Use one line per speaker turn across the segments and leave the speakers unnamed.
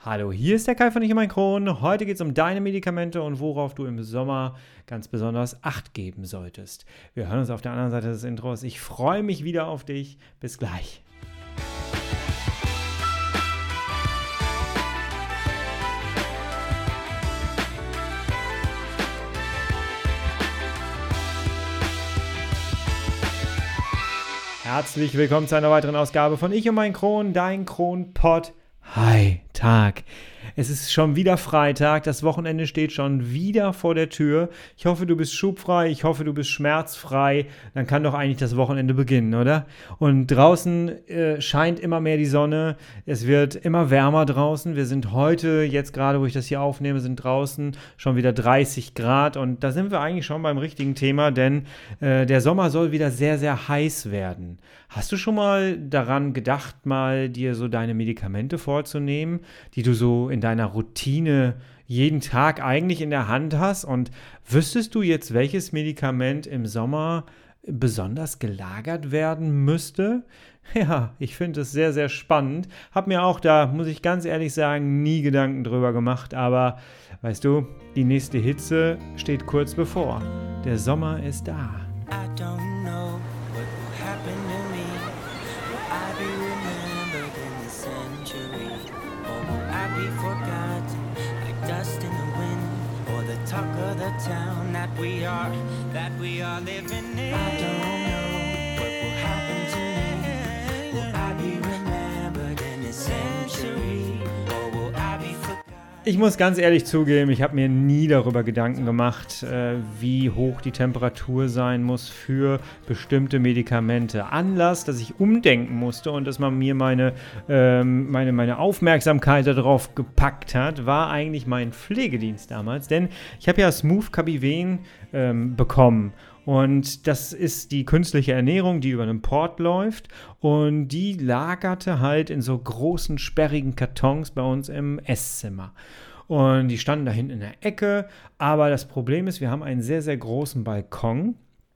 Hallo, hier ist der Kai von Ich und mein Kron. Heute geht es um deine Medikamente und worauf du im Sommer ganz besonders Acht geben solltest. Wir hören uns auf der anderen Seite des Intros. Ich freue mich wieder auf dich. Bis gleich. Herzlich willkommen zu einer weiteren Ausgabe von Ich und mein Kron, dein Kronpott. Hi, Tag. Es ist schon wieder Freitag, das Wochenende steht schon wieder vor der Tür. Ich hoffe, du bist schubfrei, ich hoffe, du bist schmerzfrei. Dann kann doch eigentlich das Wochenende beginnen, oder? Und draußen scheint immer mehr die Sonne. Es wird immer wärmer draußen. Wir sind heute, jetzt gerade, wo ich das hier aufnehme, sind draußen schon wieder 30 Grad. Und da sind wir eigentlich schon beim richtigen Thema, denn der Sommer soll wieder sehr, sehr heiß werden. Hast du schon mal daran gedacht, mal dir so deine Medikamente vorzunehmen, die du so in deiner Routine jeden Tag eigentlich in der Hand hast? Und wüsstest du jetzt, welches Medikament im Sommer besonders gelagert werden müsste? Ja, ich finde es sehr, sehr spannend. Hab mir auch da, muss ich ganz ehrlich sagen, nie Gedanken drüber gemacht. Aber weißt du, die nächste Hitze steht kurz bevor. Der Sommer ist da.
I don't know what will happen to me. Will I be remembered in the century? Or will I be forgotten like dust in the wind? Or the talk of the town that we are living in? I don't know what will happen to me. Will I be remembered in the century? Or will I be forgotten?
Ich muss ganz ehrlich zugeben, ich habe mir nie darüber Gedanken gemacht, wie hoch die Temperatur sein muss für bestimmte Medikamente. Anlass, dass ich umdenken musste und dass man mir meine Aufmerksamkeit darauf gepackt hat, war eigentlich mein Pflegedienst damals. Denn ich habe ja Smooth Cabiven bekommen. Und das ist die künstliche Ernährung, die über einen Port läuft. Und die lagerte halt in so großen, sperrigen Kartons bei uns im Esszimmer. Und die standen da hinten in der Ecke. Aber das Problem ist, wir haben einen sehr, sehr großen Balkon.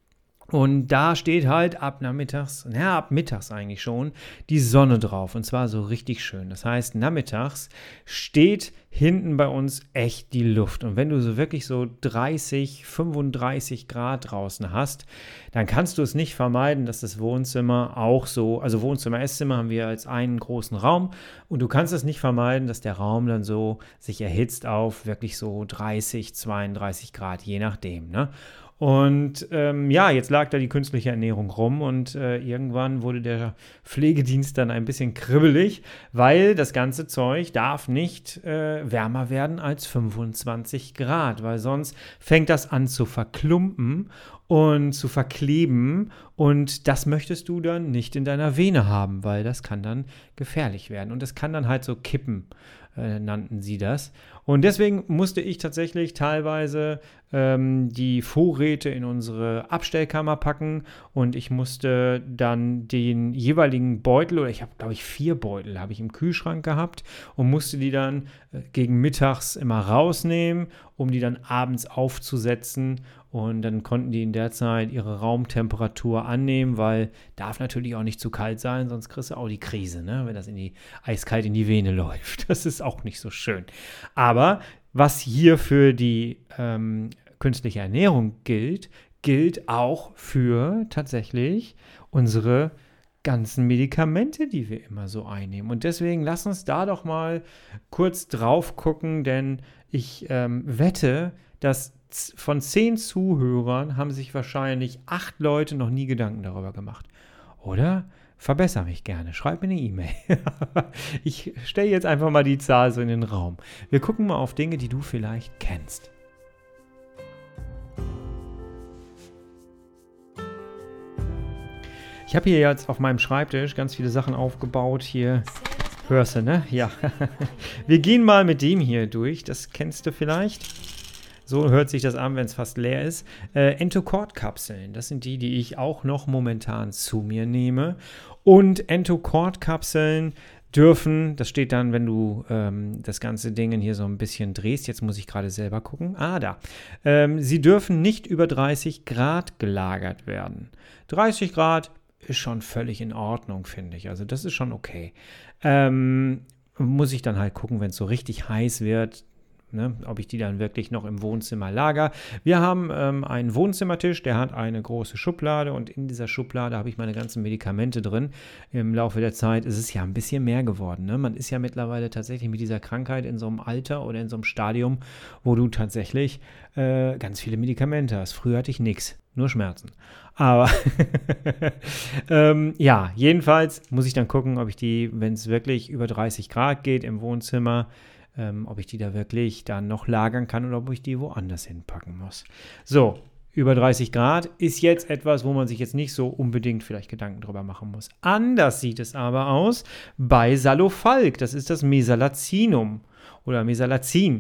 Und da steht halt ab mittags eigentlich schon, die Sonne drauf. Und zwar so richtig schön. Das heißt, nachmittags steht hinten bei uns echt die Luft. Und wenn du so wirklich so 30, 35 Grad draußen hast, dann kannst du es nicht vermeiden, dass das Wohnzimmer auch so, also Wohnzimmer, Esszimmer haben wir als einen großen Raum. Und du kannst es nicht vermeiden, dass der Raum dann so sich erhitzt auf wirklich so 30, 32 Grad, je nachdem, ne? Und jetzt lag da die künstliche Ernährung rum und irgendwann wurde der Pflegedienst dann ein bisschen kribbelig, weil das ganze Zeug darf nicht wärmer werden als 25 Grad, weil sonst fängt das an zu verklumpen und zu verkleben und das möchtest du dann nicht in deiner Vene haben, weil das kann dann gefährlich werden und das kann dann halt so kippen, nannten sie das. Und deswegen musste ich tatsächlich teilweise die Vorräte in unsere Abstellkammer packen und ich musste dann den jeweiligen Beutel, oder ich habe, glaube ich, 4 Beutel habe ich im Kühlschrank gehabt und musste die dann gegen mittags immer rausnehmen, um die dann abends aufzusetzen. Und dann konnten die in der Zeit ihre Raumtemperatur annehmen, weil darf natürlich auch nicht zu kalt sein, sonst kriegst du auch die Krise, ne? Wenn das eiskalt in die Vene läuft. Das ist auch nicht so schön. Aber was hier für die künstliche Ernährung gilt auch für tatsächlich unsere ganzen Medikamente, die wir immer so einnehmen. Und deswegen lass uns da doch mal kurz drauf gucken, denn ich wette, dass von 10 Zuhörern haben sich wahrscheinlich 8 Leute noch nie Gedanken darüber gemacht. Oder? Verbessere mich gerne. Schreib mir eine E-Mail. Ich stelle jetzt einfach mal die Zahl so in den Raum. Wir gucken mal auf Dinge, die du vielleicht kennst. Ich habe hier jetzt auf meinem Schreibtisch ganz viele Sachen aufgebaut. Hier hörst du, ne? Ja. Wir gehen mal mit dem hier durch. Das kennst du vielleicht. So hört sich das an, wenn es fast leer ist. Entocort-Kapseln, das sind die ich auch noch momentan zu mir nehme. Und Entocort-Kapseln dürfen, das steht dann, wenn du das ganze Ding hier so ein bisschen drehst, jetzt muss ich gerade selber gucken, da. Sie dürfen nicht über 30 Grad gelagert werden. 30 Grad ist schon völlig in Ordnung, finde ich. Also das ist schon okay. muss ich dann halt gucken, wenn es so richtig heiß wird, ne, ob ich die dann wirklich noch im Wohnzimmer lager. Wir haben einen Wohnzimmertisch, der hat eine große Schublade und in dieser Schublade habe ich meine ganzen Medikamente drin. Im Laufe der Zeit ist es ja ein bisschen mehr geworden. Ne? Man ist ja mittlerweile tatsächlich mit dieser Krankheit in so einem Alter oder in so einem Stadium, wo du tatsächlich ganz viele Medikamente hast. Früher hatte ich nichts, nur Schmerzen. Aber ja, jedenfalls muss ich dann gucken, ob ich die, wenn es wirklich über 30 Grad geht im Wohnzimmer, ob ich die da wirklich dann noch lagern kann oder ob ich die woanders hinpacken muss. So, über 30 Grad ist jetzt etwas, wo man sich jetzt nicht so unbedingt vielleicht Gedanken drüber machen muss. Anders sieht es aber aus bei Salofalk. Das ist das Mesalacinum oder Mesalazin.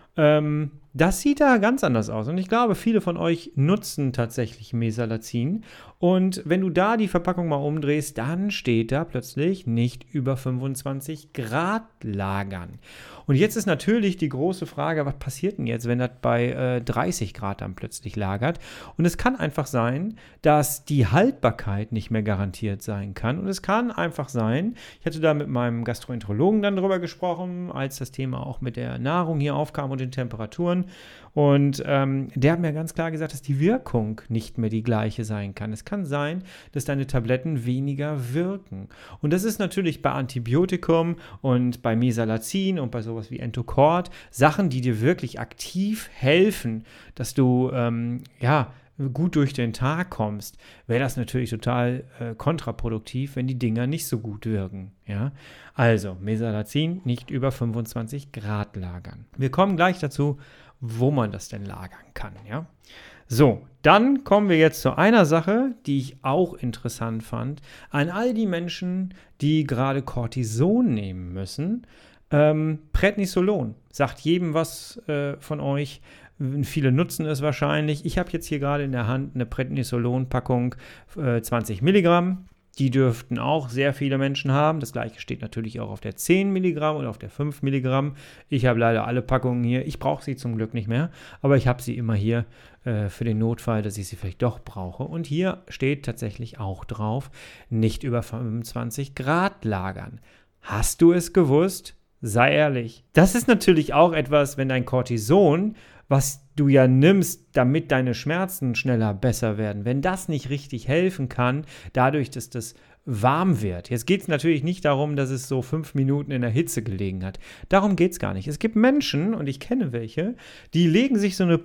Das sieht da ganz anders aus. Und ich glaube, viele von euch nutzen tatsächlich Mesalazin. Und wenn du da die Verpackung mal umdrehst, dann steht da plötzlich nicht über 25 Grad lagern. Und jetzt ist natürlich die große Frage, was passiert denn jetzt, wenn das bei 30 Grad dann plötzlich lagert? Und es kann einfach sein, dass die Haltbarkeit nicht mehr garantiert sein kann. Und es kann einfach sein, ich hatte da mit meinem Gastroenterologen dann drüber gesprochen, als das Thema auch mit der Nahrung hier aufkam und den Temperaturen. Und der hat mir ganz klar gesagt, dass die Wirkung nicht mehr die gleiche sein kann. Es kann sein, dass deine Tabletten weniger wirken. Und das ist natürlich bei Antibiotikum und bei Mesalazin und bei sowas wie Entocort Sachen, die dir wirklich aktiv helfen, dass du gut durch den Tag kommst, wäre das natürlich total kontraproduktiv, wenn die Dinger nicht so gut wirken. Ja? Also, Mesalazin nicht über 25 Grad lagern. Wir kommen gleich dazu, wo man das denn lagern kann. Ja? So, dann kommen wir jetzt zu einer Sache, die ich auch interessant fand. An all die Menschen, die gerade Cortison nehmen müssen, Prednisolon. Sagt jedem was von euch. Viele nutzen es wahrscheinlich. Ich habe jetzt hier gerade in der Hand eine Prednisolon-Packung 20 Milligramm. Die dürften auch sehr viele Menschen haben. Das gleiche steht natürlich auch auf der 10 Milligramm und auf der 5 Milligramm. Ich habe leider alle Packungen hier. Ich brauche sie zum Glück nicht mehr, aber ich habe sie immer hier für den Notfall, dass ich sie vielleicht doch brauche. Und hier steht tatsächlich auch drauf, nicht über 25 Grad lagern. Hast du es gewusst? Sei ehrlich. Das ist natürlich auch etwas, wenn dein Cortison, was du ja nimmst, damit deine Schmerzen schneller besser werden, wenn das nicht richtig helfen kann, dadurch, dass das warm wird. Jetzt geht es natürlich nicht darum, dass es so 5 Minuten in der Hitze gelegen hat. Darum geht es gar nicht. Es gibt Menschen, und ich kenne welche, die legen sich so eine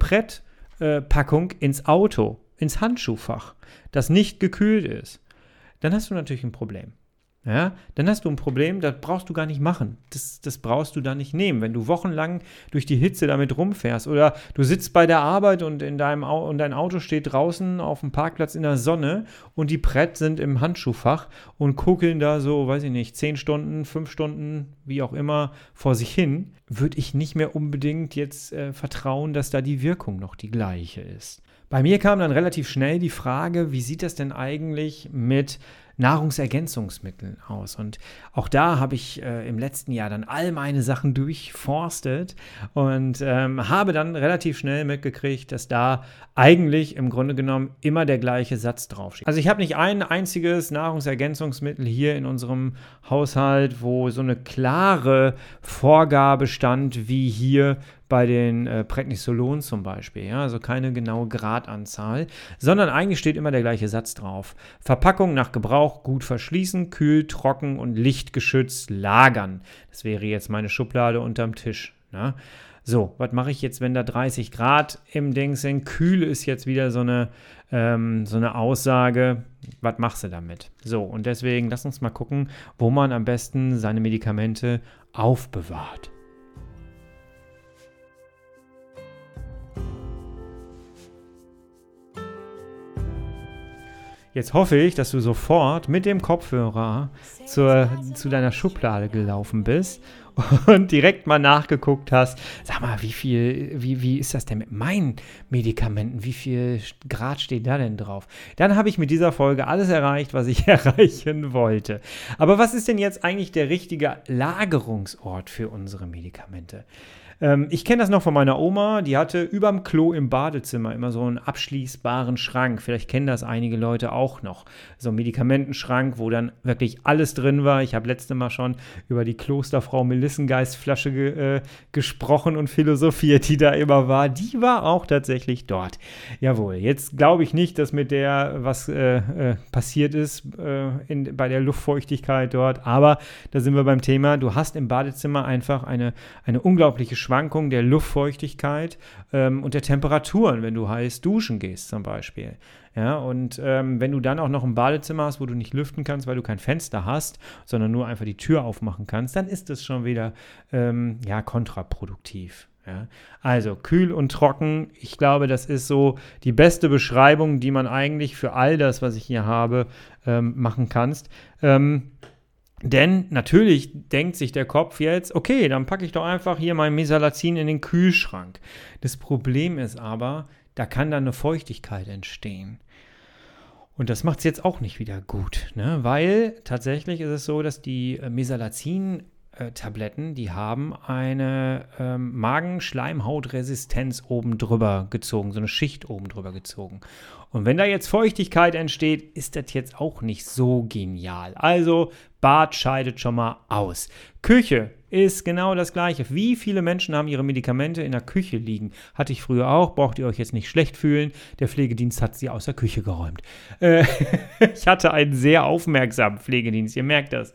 Packung ins Auto, ins Handschuhfach, das nicht gekühlt ist. Dann hast du natürlich ein Problem. Ja, dann hast du ein Problem, das brauchst du gar nicht machen. Das brauchst du da nicht nehmen. Wenn du wochenlang durch die Hitze damit rumfährst oder du sitzt bei der Arbeit und dein Auto steht draußen auf dem Parkplatz in der Sonne und die Pret sind im Handschuhfach und kugeln da so, weiß ich nicht, 10 Stunden, 5 Stunden, wie auch immer, vor sich hin, würde ich nicht mehr unbedingt jetzt vertrauen, dass da die Wirkung noch die gleiche ist. Bei mir kam dann relativ schnell die Frage, wie sieht das denn eigentlich mit Nahrungsergänzungsmitteln aus? Und auch da habe ich im letzten Jahr dann all meine Sachen durchforstet und habe dann relativ schnell mitgekriegt, dass da eigentlich im Grunde genommen immer der gleiche Satz draufsteht. Also ich habe nicht ein einziges Nahrungsergänzungsmittel hier in unserem Haushalt, wo so eine klare Vorgabe stand, wie hier bei den Prednisolon zum Beispiel, ja, also keine genaue Gradanzahl, sondern eigentlich steht immer der gleiche Satz drauf. Verpackung nach Gebrauch gut verschließen, kühl, trocken und lichtgeschützt lagern. Das wäre jetzt meine Schublade unterm Tisch. Ne? So, was mache ich jetzt, wenn da 30 Grad im Ding sind? Kühl ist jetzt wieder so eine Aussage. Was machst du damit? So, und deswegen lass uns mal gucken, wo man am besten seine Medikamente aufbewahrt. Jetzt hoffe ich, dass du sofort mit dem Kopfhörer zu deiner Schublade gelaufen bist und direkt mal nachgeguckt hast, sag mal, wie ist das denn mit meinen Medikamenten? Wie viel Grad steht da denn drauf? Dann habe ich mit dieser Folge alles erreicht, was ich erreichen wollte. Aber was ist denn jetzt eigentlich der richtige Lagerungsort für unsere Medikamente? Ich kenne das noch von meiner Oma, die hatte überm Klo im Badezimmer immer so einen abschließbaren Schrank. Vielleicht kennen das einige Leute auch noch. So ein Medikamentenschrank, wo dann wirklich alles drin war. Ich habe letztes Mal schon über die Klosterfrau Melissengeist-Flasche gesprochen und philosophiert, die da immer war. Die war auch tatsächlich dort. Jawohl, jetzt glaube ich nicht, dass mit der was passiert ist bei der Luftfeuchtigkeit dort, aber da sind wir beim Thema, du hast im Badezimmer einfach eine unglaubliche Schwankung der Luftfeuchtigkeit und der Temperaturen, wenn du heiß duschen gehst zum Beispiel. Ja, und wenn du dann auch noch ein Badezimmer hast, wo du nicht lüften kannst, weil du kein Fenster hast, sondern nur einfach die Tür aufmachen kannst, dann ist das schon wieder kontraproduktiv. Ja. Also kühl und trocken, ich glaube, das ist so die beste Beschreibung, die man eigentlich für all das, was ich hier habe, machen kannst. Denn natürlich denkt sich der Kopf jetzt, okay, dann packe ich doch einfach hier mein Mesalazin in den Kühlschrank. Das Problem ist aber, da kann dann eine Feuchtigkeit entstehen. Und das macht es jetzt auch nicht wieder gut, ne? Weil tatsächlich ist es so, dass die Mesalazin-Tabletten, die haben eine Magenschleimhautresistenz oben drüber gezogen, so eine Schicht oben drüber gezogen. Und wenn da jetzt Feuchtigkeit entsteht, ist das jetzt auch nicht so genial. Also Bad scheidet schon mal aus. Küche ist genau das Gleiche. Wie viele Menschen haben ihre Medikamente in der Küche liegen? Hatte ich früher auch, braucht ihr euch jetzt nicht schlecht fühlen. Der Pflegedienst hat sie aus der Küche geräumt. Ich hatte einen sehr aufmerksamen Pflegedienst, ihr merkt das.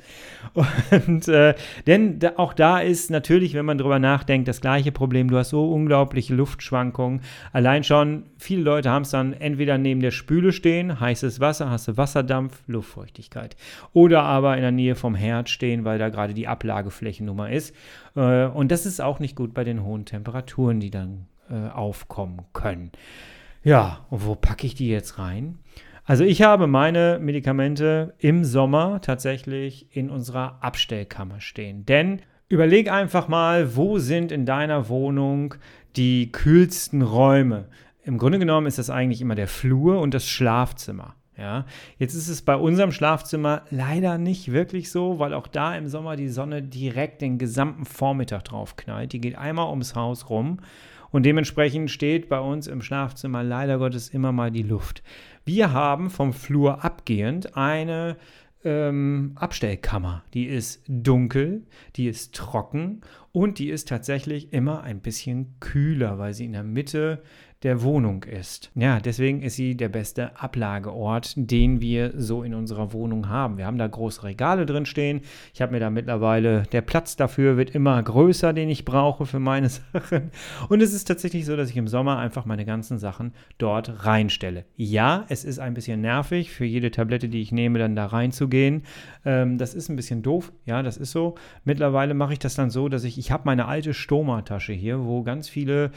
Und denn auch da ist natürlich, wenn man drüber nachdenkt, das gleiche Problem. Du hast so unglaubliche Luftschwankungen. Allein schon, viele Leute haben es dann entweder neben der Spüle stehen, heißes Wasser, hast du Wasserdampf, Luftfeuchtigkeit. Oder aber in der Nähe vom Herd stehen, weil da gerade die Ablageflächennummer ist. Und das ist auch nicht gut bei den hohen Temperaturen, die dann aufkommen können. Ja, und wo packe ich die jetzt rein? Also ich habe meine Medikamente im Sommer tatsächlich in unserer Abstellkammer stehen. Denn überleg einfach mal, wo sind in deiner Wohnung die kühlsten Räume? Im Grunde genommen ist das eigentlich immer der Flur und das Schlafzimmer. Ja, jetzt ist es bei unserem Schlafzimmer leider nicht wirklich so, weil auch da im Sommer die Sonne direkt den gesamten Vormittag drauf knallt. Die geht einmal ums Haus rum und dementsprechend steht bei uns im Schlafzimmer leider Gottes immer mal die Luft. Wir haben vom Flur abgehend eine Abstellkammer. Die ist dunkel, die ist trocken und die ist tatsächlich immer ein bisschen kühler, weil sie in der Mitte der Wohnung ist. Ja, deswegen ist sie der beste Ablageort, den wir so in unserer Wohnung haben. Wir haben da große Regale drin stehen. Ich habe mir da mittlerweile, der Platz dafür wird immer größer, den ich brauche für meine Sachen. Und es ist tatsächlich so, dass ich im Sommer einfach meine ganzen Sachen dort reinstelle. Ja, es ist ein bisschen nervig, für jede Tablette, die ich nehme, dann da reinzugehen. Das ist ein bisschen doof. Ja, das ist so. Mittlerweile mache ich das dann so, dass ich habe meine alte Stoma-Tasche hier, wo ganz viel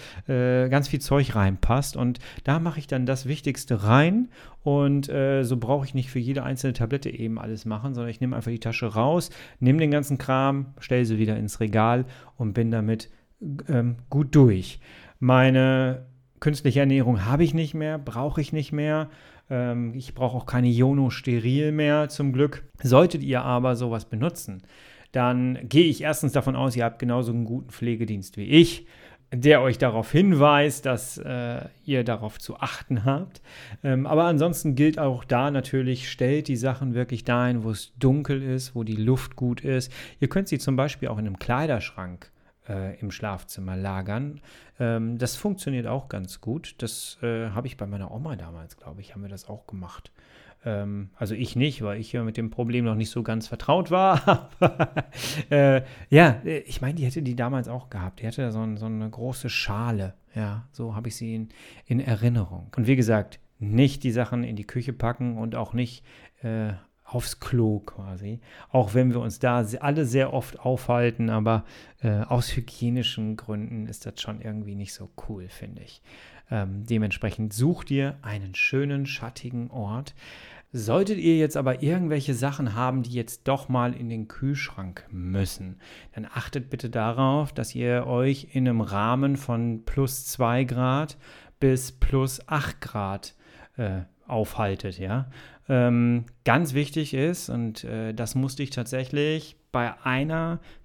Zeug reinpasst und da mache ich dann das Wichtigste rein und so brauche ich nicht für jede einzelne Tablette eben alles machen, sondern ich nehme einfach die Tasche raus, nehme den ganzen Kram, stelle sie wieder ins Regal und bin damit gut durch. Meine künstliche Ernährung habe ich nicht mehr, brauche ich nicht mehr. Ich brauche auch keine Iono-Steril mehr, zum Glück. Solltet ihr aber sowas benutzen, dann gehe ich erstens davon aus, ihr habt genauso einen guten Pflegedienst wie ich, der euch darauf hinweist, dass ihr darauf zu achten habt. Aber ansonsten gilt auch da natürlich, stellt die Sachen wirklich dahin, wo es dunkel ist, wo die Luft gut ist. Ihr könnt sie zum Beispiel auch in einem Kleiderschrank im Schlafzimmer lagern. Das funktioniert auch ganz gut. Das habe ich bei meiner Oma damals, glaube ich, haben wir das auch gemacht. Also ich nicht, weil ich ja mit dem Problem noch nicht so ganz vertraut war. Ja, ich meine, die hätte die damals auch gehabt. Die hatte da so eine große Schale. Ja, so habe ich sie in Erinnerung. Und wie gesagt, nicht die Sachen in die Küche packen und auch nicht aufs Klo quasi. Auch wenn wir uns da alle sehr oft aufhalten, aber aus hygienischen Gründen ist das schon irgendwie nicht so cool, finde ich. Dementsprechend sucht ihr einen schönen, schattigen Ort. Solltet ihr jetzt aber irgendwelche Sachen haben, die jetzt doch mal in den Kühlschrank müssen, dann achtet bitte darauf, dass ihr euch in einem Rahmen von +2 Grad bis +8 Grad aufhaltet, ja. Ganz wichtig ist, und das musste ich tatsächlich bei einer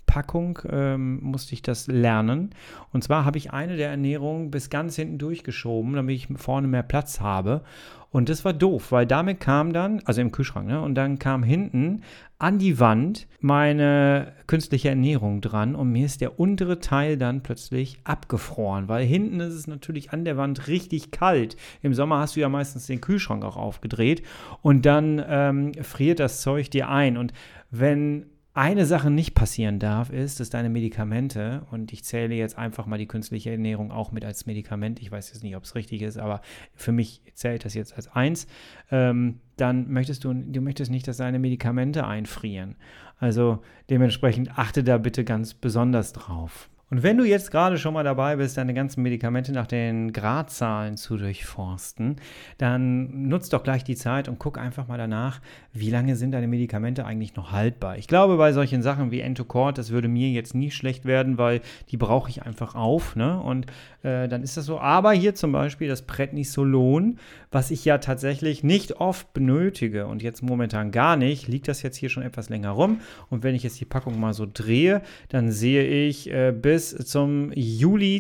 Packung musste ich das lernen. Und zwar habe ich eine der Ernährungen bis ganz hinten durchgeschoben, damit ich vorne mehr Platz habe. Und das war doof, weil damit kam dann, also im Kühlschrank, ne, und dann kam hinten an die Wand meine künstliche Ernährung dran und mir ist der untere Teil dann plötzlich abgefroren, weil hinten ist es natürlich an der Wand richtig kalt. Im Sommer hast du ja meistens den Kühlschrank auch aufgedreht und dann friert das Zeug dir ein. Und wenn eine Sache nicht passieren darf, ist, dass deine Medikamente, und ich zähle jetzt einfach mal die künstliche Ernährung auch mit als Medikament, ich weiß jetzt nicht, ob es richtig ist, aber für mich zählt das jetzt als eins, dann möchtest du möchtest nicht, dass deine Medikamente einfrieren. Also dementsprechend achte da bitte ganz besonders drauf. Und wenn du jetzt gerade schon mal dabei bist, deine ganzen Medikamente nach den Gradzahlen zu durchforsten, dann nutz doch gleich die Zeit und guck einfach mal danach, wie lange sind deine Medikamente eigentlich noch haltbar. Ich glaube, bei solchen Sachen wie Entocort, das würde mir jetzt nie schlecht werden, weil die brauche ich einfach auf, ne? Und dann ist das so. Aber hier zum Beispiel das Prednisolon, was ich ja tatsächlich nicht oft benötige und jetzt momentan gar nicht, liegt das jetzt hier schon etwas länger rum. Und wenn ich jetzt die Packung mal so drehe, dann sehe ich bis zum Juli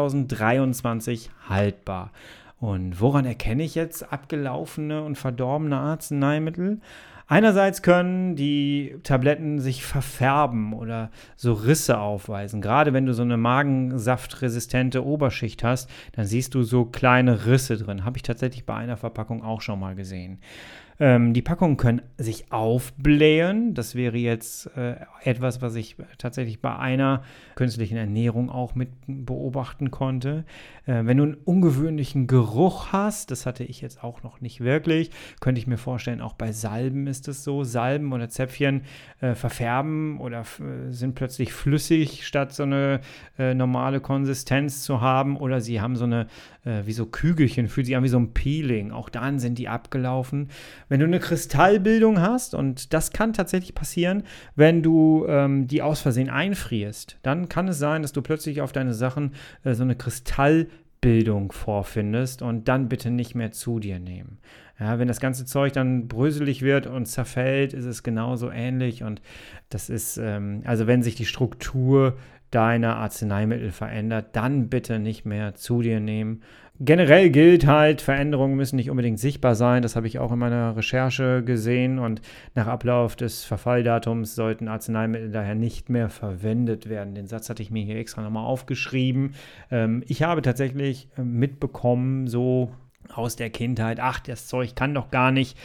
2023 haltbar. Und woran erkenne ich jetzt abgelaufene und verdorbene Arzneimittel? Einerseits können die Tabletten sich verfärben oder so Risse aufweisen. Gerade wenn du so eine magensaftresistente Oberschicht hast, dann siehst du so kleine Risse drin. Habe ich tatsächlich bei einer Verpackung auch schon mal gesehen. Die Packungen können sich aufblähen. Das wäre jetzt etwas, was ich tatsächlich bei einer künstlichen Ernährung auch mit beobachten konnte. Wenn du einen ungewöhnlichen Geruch hast, das hatte ich jetzt auch noch nicht wirklich, könnte ich mir vorstellen, auch bei Salben ist es so. Salben oder Zäpfchen verfärben oder sind plötzlich flüssig, statt so eine normale Konsistenz zu haben. Oder sie haben so eine, wie so Kügelchen, fühlt sich an wie so ein Peeling. Auch dann sind die abgelaufen. Wenn du eine Kristallbildung hast, und das kann tatsächlich passieren, wenn du die aus Versehen einfrierst, dann kann es sein, dass du plötzlich auf deine Sachen so eine Kristallbildung vorfindest und dann bitte nicht mehr zu dir nehmen. Ja, wenn das ganze Zeug dann bröselig wird und zerfällt, ist es genauso ähnlich und das ist, also wenn sich die Struktur deiner Arzneimittel verändert, dann bitte nicht mehr zu dir nehmen. Generell gilt halt, Veränderungen müssen nicht unbedingt sichtbar sein. Das habe ich auch in meiner Recherche gesehen. Und nach Ablauf des Verfalldatums sollten Arzneimittel daher nicht mehr verwendet werden. Den Satz hatte ich mir hier extra nochmal aufgeschrieben. Ich habe tatsächlich mitbekommen, so aus der Kindheit, ach, das Zeug kann doch gar nicht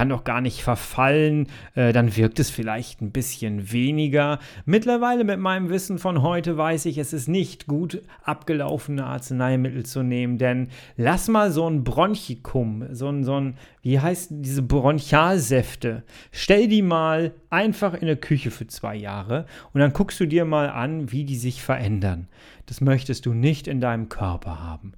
verfallen, dann wirkt es vielleicht ein bisschen weniger. Mittlerweile mit meinem Wissen von heute weiß ich, es ist nicht gut, abgelaufene Arzneimittel zu nehmen, denn lass mal so ein Bronchikum, so ein, wie heißen diese Bronchialsäfte, stell die mal einfach in der Küche für 2 Jahre und dann guckst du dir mal an, wie die sich verändern. Das möchtest du nicht in deinem Körper haben.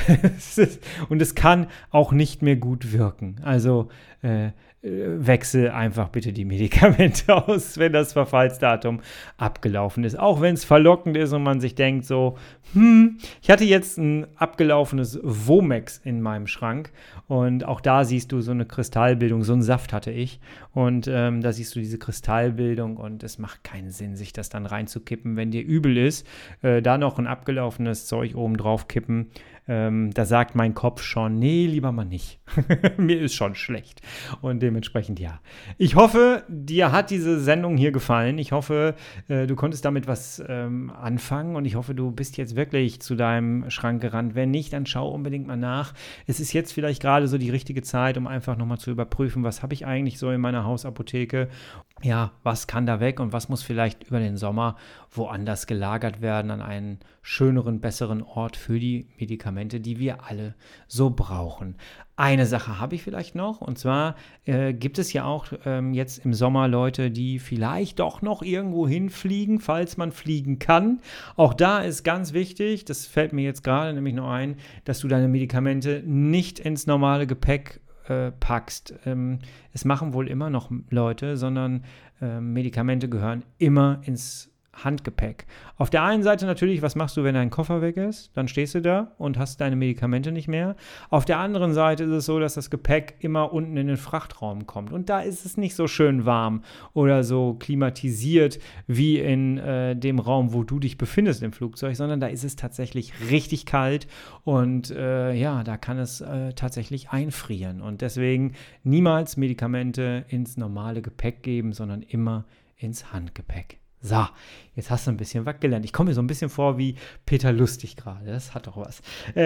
Und es kann auch nicht mehr gut wirken. Also wechsel einfach bitte die Medikamente aus, wenn das Verfallsdatum abgelaufen ist. Auch wenn es verlockend ist und man sich denkt so, ich hatte jetzt ein abgelaufenes Womex in meinem Schrank und auch da siehst du so eine Kristallbildung, so einen Saft hatte ich und da siehst du diese Kristallbildung und es macht keinen Sinn, sich das dann reinzukippen, wenn dir übel ist, da noch ein abgelaufenes Zeug oben drauf kippen. Da sagt mein Kopf schon, nee, lieber mal nicht. Mir ist schon schlecht. Und dementsprechend ja. Ich hoffe, dir hat diese Sendung hier gefallen. Ich hoffe, du konntest damit was anfangen und ich hoffe, du bist jetzt wirklich zu deinem Schrank gerannt. Wenn nicht, dann schau unbedingt mal nach. Es ist jetzt vielleicht gerade so die richtige Zeit, um einfach nochmal zu überprüfen, was habe ich eigentlich so in meiner Hausapotheke. Ja, was kann da weg und was muss vielleicht über den Sommer woanders gelagert werden an einen schöneren, besseren Ort für die Medikamente, die wir alle so brauchen. Eine Sache habe ich vielleicht noch und zwar gibt es ja auch jetzt im Sommer Leute, die vielleicht doch noch irgendwo hinfliegen, falls man fliegen kann. Auch da ist ganz wichtig, das fällt mir jetzt gerade nämlich noch ein, dass du deine Medikamente nicht ins normale Gepäck packst. Es machen wohl immer noch Leute, sondern Medikamente gehören immer ins Handgepäck. Auf der einen Seite natürlich, was machst du, wenn dein Koffer weg ist? Dann stehst du da und hast deine Medikamente nicht mehr. Auf der anderen Seite ist es so, dass das Gepäck immer unten in den Frachtraum kommt. Und da ist es nicht so schön warm oder so klimatisiert wie in dem Raum, wo du dich befindest im Flugzeug, sondern da ist es tatsächlich richtig kalt und da kann es tatsächlich einfrieren. Und deswegen niemals Medikamente ins normale Gepäck geben, sondern immer ins Handgepäck. So, jetzt hast du ein bisschen was gelernt. Ich komme mir so ein bisschen vor wie Peter Lustig gerade. Das hat doch was.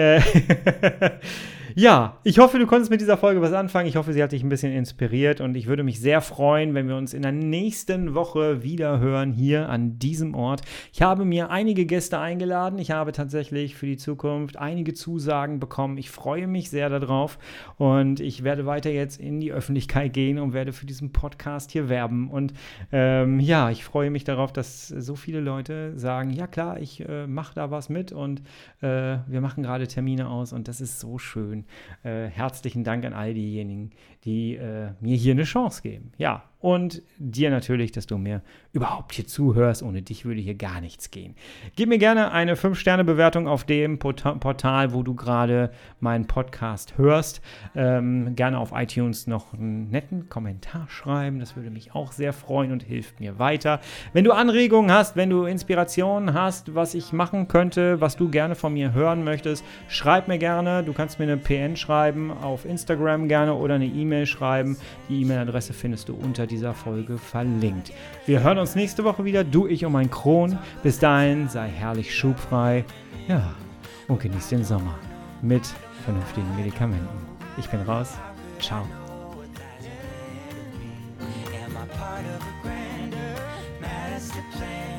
Ja, ich hoffe, du konntest mit dieser Folge was anfangen. Ich hoffe, sie hat dich ein bisschen inspiriert und ich würde mich sehr freuen, wenn wir uns in der nächsten Woche wieder hören hier an diesem Ort. Ich habe mir einige Gäste eingeladen. Ich habe tatsächlich für die Zukunft einige Zusagen bekommen. Ich freue mich sehr darauf und ich werde weiter jetzt in die Öffentlichkeit gehen und werde für diesen Podcast hier werben. Und ich freue mich darauf, dass so viele Leute sagen, ja klar, ich mache da was mit und wir machen gerade Termine aus und das ist so schön. Herzlichen Dank an all diejenigen, die mir hier eine Chance geben. Ja, und dir natürlich, dass du mir überhaupt hier zuhörst. Ohne dich würde hier gar nichts gehen. Gib mir gerne eine 5-Sterne-Bewertung auf dem Portal, wo du gerade meinen Podcast hörst. Gerne auf iTunes noch einen netten Kommentar schreiben. Das würde mich auch sehr freuen und hilft mir weiter. Wenn du Anregungen hast, wenn du Inspirationen hast, was ich machen könnte, was du gerne von mir hören möchtest, schreib mir gerne. Du kannst mir eine PN schreiben, auf Instagram gerne oder eine E-Mail schreiben. Die E-Mail-Adresse findest du unter dieser Folge verlinkt. Wir hören uns nächste Woche wieder, du, ich und mein Kron. Bis dahin, sei herrlich schubfrei. Ja, und genieß den Sommer mit vernünftigen Medikamenten. Ich bin raus. Ciao.
Am I part of a grander master plan?